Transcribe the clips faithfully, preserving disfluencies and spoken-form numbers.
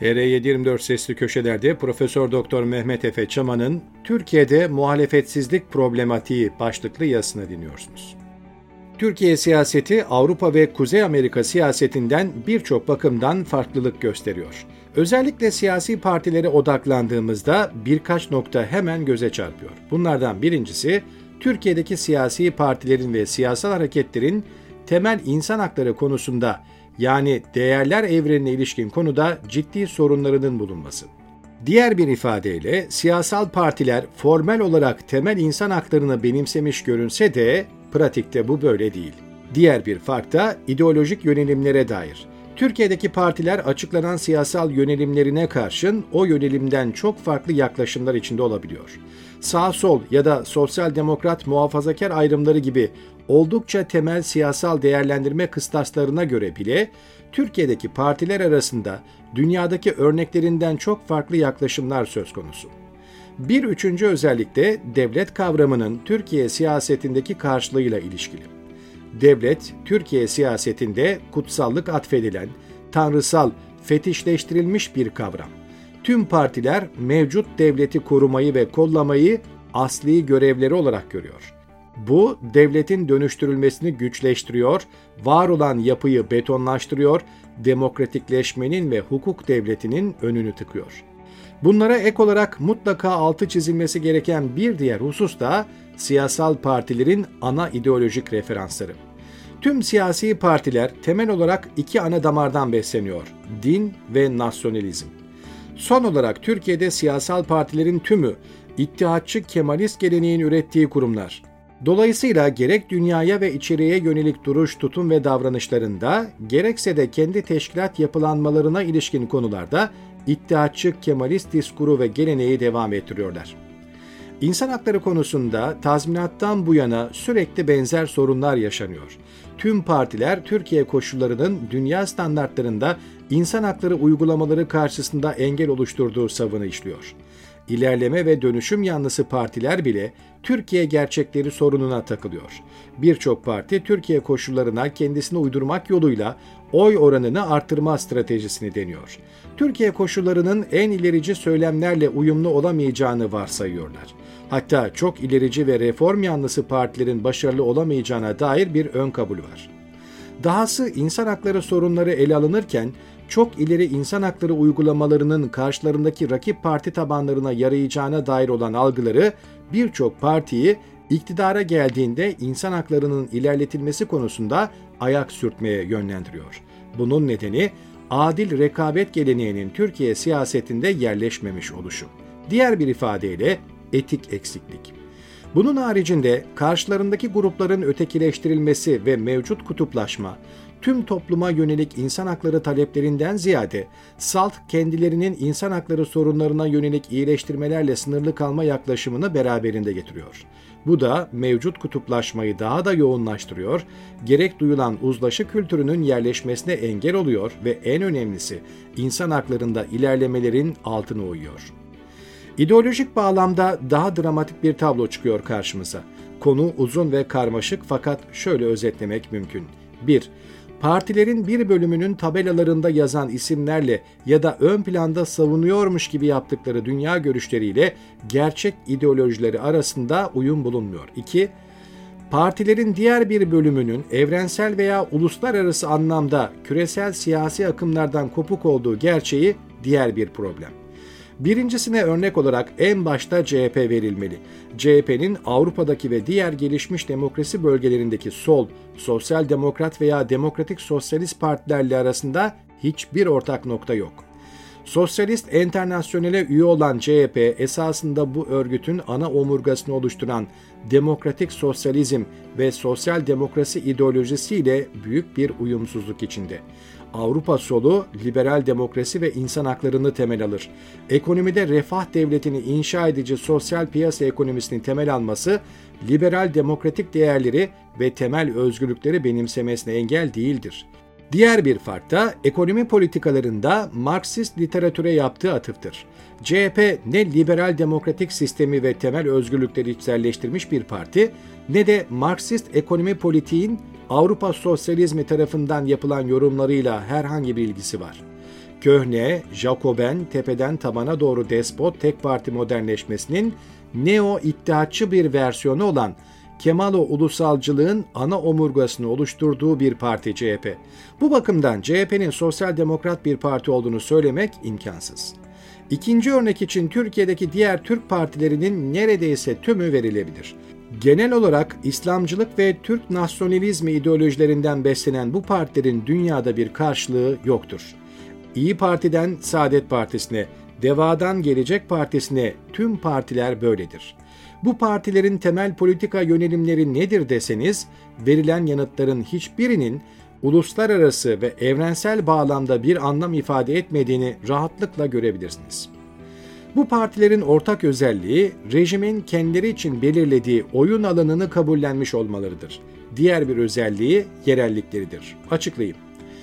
T R yedi yirmi dört Sesli Köşeler'de Profesör Doktor Mehmet Efe Çaman'ın Türkiye'de Muhalefetsizlik Problematiği başlıklı yazısını dinliyorsunuz. Türkiye siyaseti Avrupa ve Kuzey Amerika siyasetinden birçok bakımdan farklılık gösteriyor. Özellikle siyasi partilere odaklandığımızda birkaç nokta hemen göze çarpıyor. Bunlardan birincisi, Türkiye'deki siyasi partilerin ve siyasal hareketlerin temel insan hakları konusunda, yani değerler evrenine ilişkin konuda ciddi sorunlarının bulunması. Diğer bir ifadeyle siyasal partiler formel olarak temel insan haklarını benimsemiş görünse de pratikte bu böyle değil. Diğer bir fark da ideolojik yönelimlere dair. Türkiye'deki partiler açıklanan siyasal yönelimlerine karşın o yönelimden çok farklı yaklaşımlar içinde olabiliyor. Sağ-sol ya da sosyal demokrat muhafazakar ayrımları gibi oldukça temel siyasal değerlendirme kıstaslarına göre bile Türkiye'deki partiler arasında dünyadaki örneklerinden çok farklı yaklaşımlar söz konusu. Bir üçüncü özellik de devlet kavramının Türkiye siyasetindeki karşılığıyla ilişkili. Devlet, Türkiye siyasetinde kutsallık atfedilen, tanrısal, fetişleştirilmiş bir kavram. Tüm partiler mevcut devleti korumayı ve kollamayı asli görevleri olarak görüyor. Bu, devletin dönüştürülmesini güçleştiriyor, var olan yapıyı betonlaştırıyor, demokratikleşmenin ve hukuk devletinin önünü tıkıyor. Bunlara ek olarak mutlaka altı çizilmesi gereken bir diğer husus da siyasal partilerin ana ideolojik referansları. Tüm siyasi partiler temel olarak iki ana damardan besleniyor: din ve nasyonalizm. Son olarak Türkiye'de siyasal partilerin tümü İttihatçı Kemalist geleneğin ürettiği kurumlar. Dolayısıyla gerek dünyaya ve içeriye yönelik duruş, tutum ve davranışlarında, gerekse de kendi teşkilat yapılanmalarına ilişkin konularda İttihatçı Kemalist diskuru ve geleneği devam ettiriyorlar. İnsan hakları konusunda tazminattan bu yana sürekli benzer sorunlar yaşanıyor. Tüm partiler Türkiye koşullarının dünya standartlarında insan hakları uygulamaları karşısında engel oluşturduğu savını işliyor. İlerleme ve dönüşüm yanlısı partiler bile Türkiye gerçekleri sorununa takılıyor. Birçok parti Türkiye koşullarına kendisini uydurmak yoluyla oy oranını artırma stratejisini deniyor. Türkiye koşullarının en ilerici söylemlerle uyumlu olamayacağını varsayıyorlar. Hatta çok ilerici ve reform yanlısı partilerin başarılı olamayacağına dair bir ön kabul var. Dahası insan hakları sorunları ele alınırken çok ileri insan hakları uygulamalarının karşılarındaki rakip parti tabanlarına yarayacağına dair olan algıları birçok partiyi iktidara geldiğinde insan haklarının ilerletilmesi konusunda ayak sürtmeye yönlendiriyor. Bunun nedeni adil rekabet geleneğinin Türkiye siyasetinde yerleşmemiş oluşu. Diğer bir ifadeyle etik eksiklik. Bunun haricinde karşılarındaki grupların ötekileştirilmesi ve mevcut kutuplaşma, tüm topluma yönelik insan hakları taleplerinden ziyade salt kendilerinin insan hakları sorunlarına yönelik iyileştirmelerle sınırlı kalma yaklaşımını beraberinde getiriyor. Bu da mevcut kutuplaşmayı daha da yoğunlaştırıyor, gerek duyulan uzlaşı kültürünün yerleşmesine engel oluyor ve en önemlisi insan haklarında ilerlemelerin altını oyuyor. İdeolojik bağlamda daha dramatik bir tablo çıkıyor karşımıza. Konu uzun ve karmaşık fakat şöyle özetlemek mümkün. bir. Partilerin bir bölümünün tabelalarında yazan isimlerle ya da ön planda savunuyormuş gibi yaptıkları dünya görüşleriyle gerçek ideolojileri arasında uyum bulunmuyor. iki. Partilerin diğer bir bölümünün evrensel veya uluslararası anlamda küresel siyasi akımlardan kopuk olduğu gerçeği diğer bir problem. Birincisine örnek olarak en başta C H P verilmeli. C H P'nin Avrupa'daki ve diğer gelişmiş demokrasi bölgelerindeki sol, sosyal demokrat veya demokratik sosyalist partilerle arasında hiçbir ortak nokta yok. Sosyalist Enternasyonel'e üye olan C H P esasında bu örgütün ana omurgasını oluşturan demokratik sosyalizm ve sosyal demokrasi ideolojisiyle büyük bir uyumsuzluk içinde. Avrupa solu liberal demokrasi ve insan haklarını temel alır. Ekonomide refah devletini inşa edici sosyal piyasa ekonomisini temel alması, liberal demokratik değerleri ve temel özgürlükleri benimsemesine engel değildir. Diğer bir fark da ekonomi politikalarında Marksist literatüre yaptığı atıftır. C H P ne liberal demokratik sistemi ve temel özgürlükleri içselleştirmiş bir parti, ne de Marksist ekonomi politiğin Avrupa sosyalizmi tarafından yapılan yorumlarıyla herhangi bir ilgisi var. Köhne, Jacoben, tepeden tabana doğru despot tek parti modernleşmesinin neo-ittihatçı bir versiyonu olan Kemalo-ulusalcılığın ana omurgasını oluşturduğu bir parti C H P. Bu bakımdan C H P'nin sosyal demokrat bir parti olduğunu söylemek imkansız. İkinci örnek için Türkiye'deki diğer Türk partilerinin neredeyse tümü verilebilir. Genel olarak İslamcılık ve Türk nasyonalizmi ideolojilerinden beslenen bu partilerin dünyada bir karşılığı yoktur. İyi Parti'den Saadet Partisi'ne, Deva'dan Gelecek Partisi'ne tüm partiler böyledir. Bu partilerin temel politika yönelimleri nedir deseniz, verilen yanıtların hiçbirinin uluslararası ve evrensel bağlamda bir anlam ifade etmediğini rahatlıkla görebilirsiniz. Bu partilerin ortak özelliği, rejimin kendileri için belirlediği oyun alanını kabullenmiş olmalarıdır. Diğer bir özelliği yerellikleridir. Açıklayayım.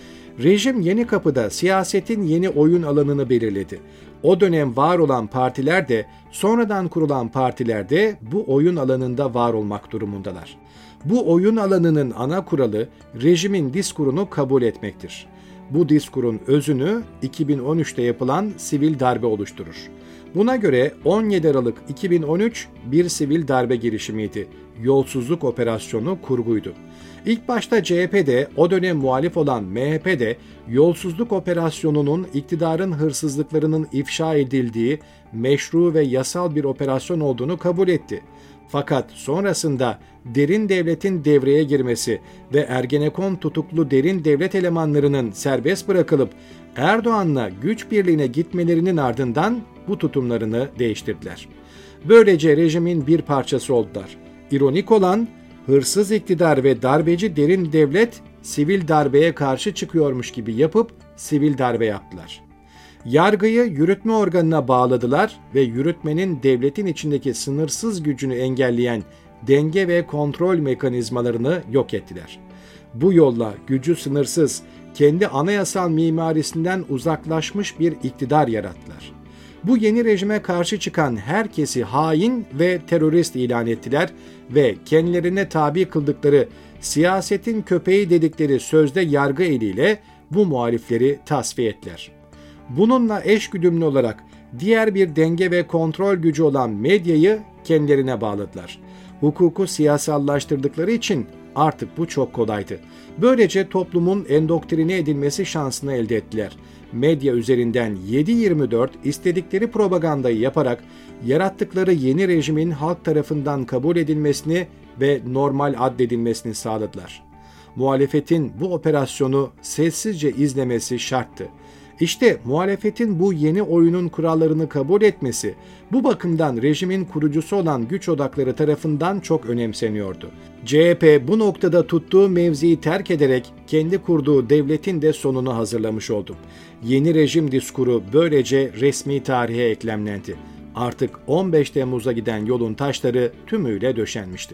Rejim Yenikapı'da siyasetin yeni oyun alanını belirledi. O dönem var olan partiler de, sonradan kurulan partiler de bu oyun alanında var olmak durumundalar. Bu oyun alanının ana kuralı, rejimin diskurunu kabul etmektir. Bu diskurun özünü iki bin on üçte yapılan sivil darbe oluşturur. Buna göre on yedi Aralık iki bin on üç bir sivil darbe girişimiydi. Yolsuzluk operasyonu kurguydu. İlk başta C H P'de, o dönem muhalif olan M H P'de yolsuzluk operasyonunun iktidarın hırsızlıklarının ifşa edildiği meşru ve yasal bir operasyon olduğunu kabul etti. Fakat sonrasında derin devletin devreye girmesi ve Ergenekon tutuklu derin devlet elemanlarının serbest bırakılıp Erdoğan'la güç birliğine gitmelerinin ardından bu tutumlarını değiştirdiler. Böylece rejimin bir parçası oldular. İronik olan, hırsız iktidar ve darbeci derin devlet sivil darbeye karşı çıkıyormuş gibi yapıp sivil darbe yaptılar. Yargıyı yürütme organına bağladılar ve yürütmenin devletin içindeki sınırsız gücünü engelleyen denge ve kontrol mekanizmalarını yok ettiler. Bu yolla gücü sınırsız, kendi anayasal mimarisinden uzaklaşmış bir iktidar yarattılar. Bu yeni rejime karşı çıkan herkesi hain ve terörist ilan ettiler ve kendilerine tabi kıldıkları siyasetin köpeği dedikleri sözde yargı eliyle bu muhalifleri tasfiye ettiler. Bununla eşgüdümlü olarak diğer bir denge ve kontrol gücü olan medyayı kendilerine bağladılar. Hukuku siyasallaştırdıkları için artık bu çok kolaydı. Böylece toplumun endoktrine edilmesi şansını elde ettiler. Medya üzerinden yedi yirmi dört istedikleri propagandayı yaparak yarattıkları yeni rejimin halk tarafından kabul edilmesini ve normal addedilmesini sağladılar. Muhalefetin bu operasyonu sessizce izlemesi şarttı. İşte muhalefetin bu yeni oyunun kurallarını kabul etmesi, bu bakımdan rejimin kurucusu olan güç odakları tarafından çok önemseniyordu. C H P bu noktada tuttuğu mevziyi terk ederek kendi kurduğu devletin de sonunu hazırlamış oldu. Yeni rejim diskuru böylece resmi tarihe eklemlendi. Artık on beş Temmuz'a giden yolun taşları tümüyle döşenmişti.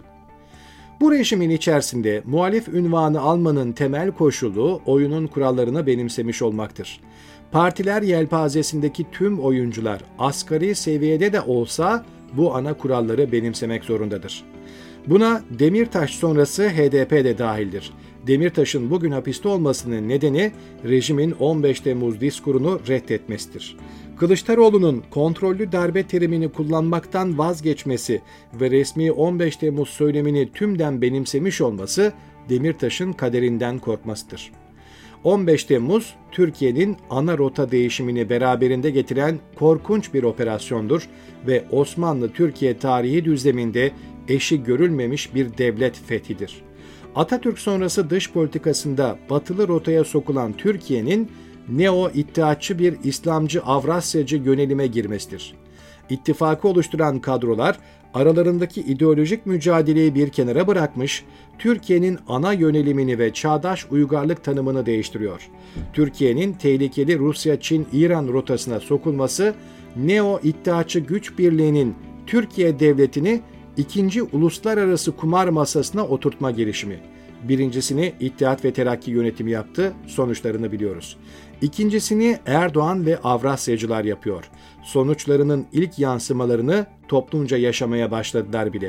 Bu rejimin içerisinde muhalif unvanı almanın temel koşulu oyunun kurallarını benimsemiş olmaktır. Partiler yelpazesindeki tüm oyuncular asgari seviyede de olsa bu ana kuralları benimsemek zorundadır. Buna Demirtaş sonrası H D P de dahildir. Demirtaş'ın bugün hapiste olmasının nedeni rejimin on beş Temmuz diskurunu reddetmesidir. Kılıçdaroğlu'nun kontrollü darbe terimini kullanmaktan vazgeçmesi ve resmi on beş Temmuz söylemini tümden benimsemiş olması Demirtaş'ın kaderinden korkmasıdır. on beş Temmuz, Türkiye'nin ana rota değişimini beraberinde getiren korkunç bir operasyondur ve Osmanlı-Türkiye tarihi düzleminde eşi görülmemiş bir devlet fethidir. Atatürk sonrası dış politikasında batılı rotaya sokulan Türkiye'nin neo-ittihatçı bir İslamcı Avrasyacı yönelime girmesidir. İttifakı oluşturan kadrolar aralarındaki ideolojik mücadeleyi bir kenara bırakmış, Türkiye'nin ana yönelimini ve çağdaş uygarlık tanımını değiştiriyor. Türkiye'nin tehlikeli Rusya-Çin-İran rotasına sokulması, neo-ittihatçı güç birliğinin Türkiye devletini ikinci uluslararası kumar masasına oturtma girişimi. Birincisini İttihat ve Terakki yönetimi yaptı, sonuçlarını biliyoruz. İkincisini Erdoğan ve Avrasyacılar yapıyor. Sonuçlarının ilk yansımalarını toplumca yaşamaya başladılar bile.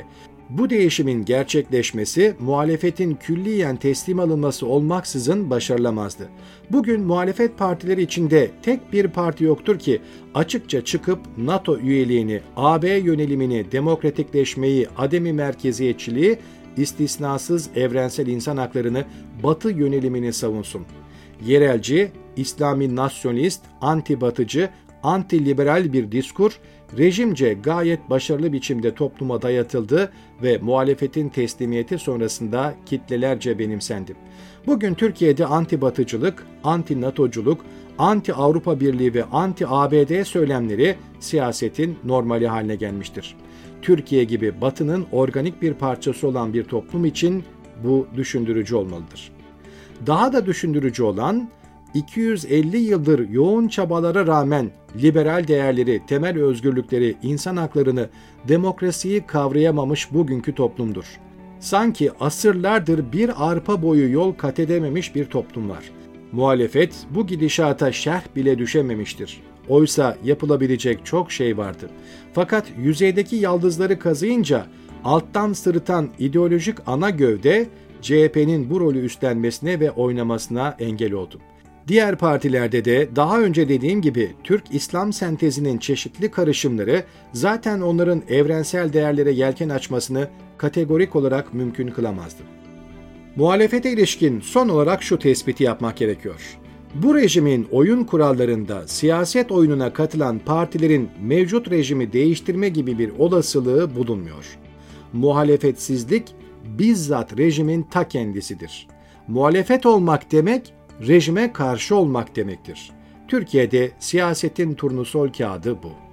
Bu değişimin gerçekleşmesi muhalefetin külliyen teslim alınması olmaksızın başarılamazdı. Bugün muhalefet partileri içinde tek bir parti yoktur ki açıkça çıkıp NATO üyeliğini, A B yönelimini, demokratikleşmeyi, ademi merkeziyetçiliği, istisnasız evrensel insan haklarını, Batı yönelimini savunsun. Yerelci, İslami nasyonist, anti-batıcı, anti-liberal bir diskur, rejimce gayet başarılı biçimde topluma dayatıldı ve muhalefetin teslimiyeti sonrasında kitlelerce benimsendi. Bugün Türkiye'de anti-batıcılık, anti-NATO'culuk, anti-Avrupa Birliği ve anti-A B D söylemleri siyasetin normali haline gelmiştir. Türkiye gibi Batı'nın organik bir parçası olan bir toplum için bu düşündürücü olmalıdır. Daha da düşündürücü olan, iki yüz elli yıldır yoğun çabalara rağmen liberal değerleri, temel özgürlükleri, insan haklarını, demokrasiyi kavrayamamış bugünkü toplumdur. Sanki asırlardır bir arpa boyu yol kat edememiş bir toplum var. Muhalefet bu gidişata şerh bile düşememiştir. Oysa yapılabilecek çok şey vardı. Fakat yüzeydeki yaldızları kazıyınca alttan sırıtan ideolojik ana gövde C H P'nin bu rolü üstlenmesine ve oynamasına engel oldu. Diğer partilerde de daha önce dediğim gibi Türk-İslam sentezinin çeşitli karışımları zaten onların evrensel değerlere yelken açmasını kategorik olarak mümkün kılamazdı. Muhalefete ilişkin son olarak şu tespiti yapmak gerekiyor. Bu rejimin oyun kurallarında siyaset oyununa katılan partilerin mevcut rejimi değiştirme gibi bir olasılığı bulunmuyor. Muhalefetsizlik bizzat rejimin ta kendisidir. Muhalefet olmak demek, rejime karşı olmak demektir. Türkiye'de siyasetin turnusol kağıdı bu.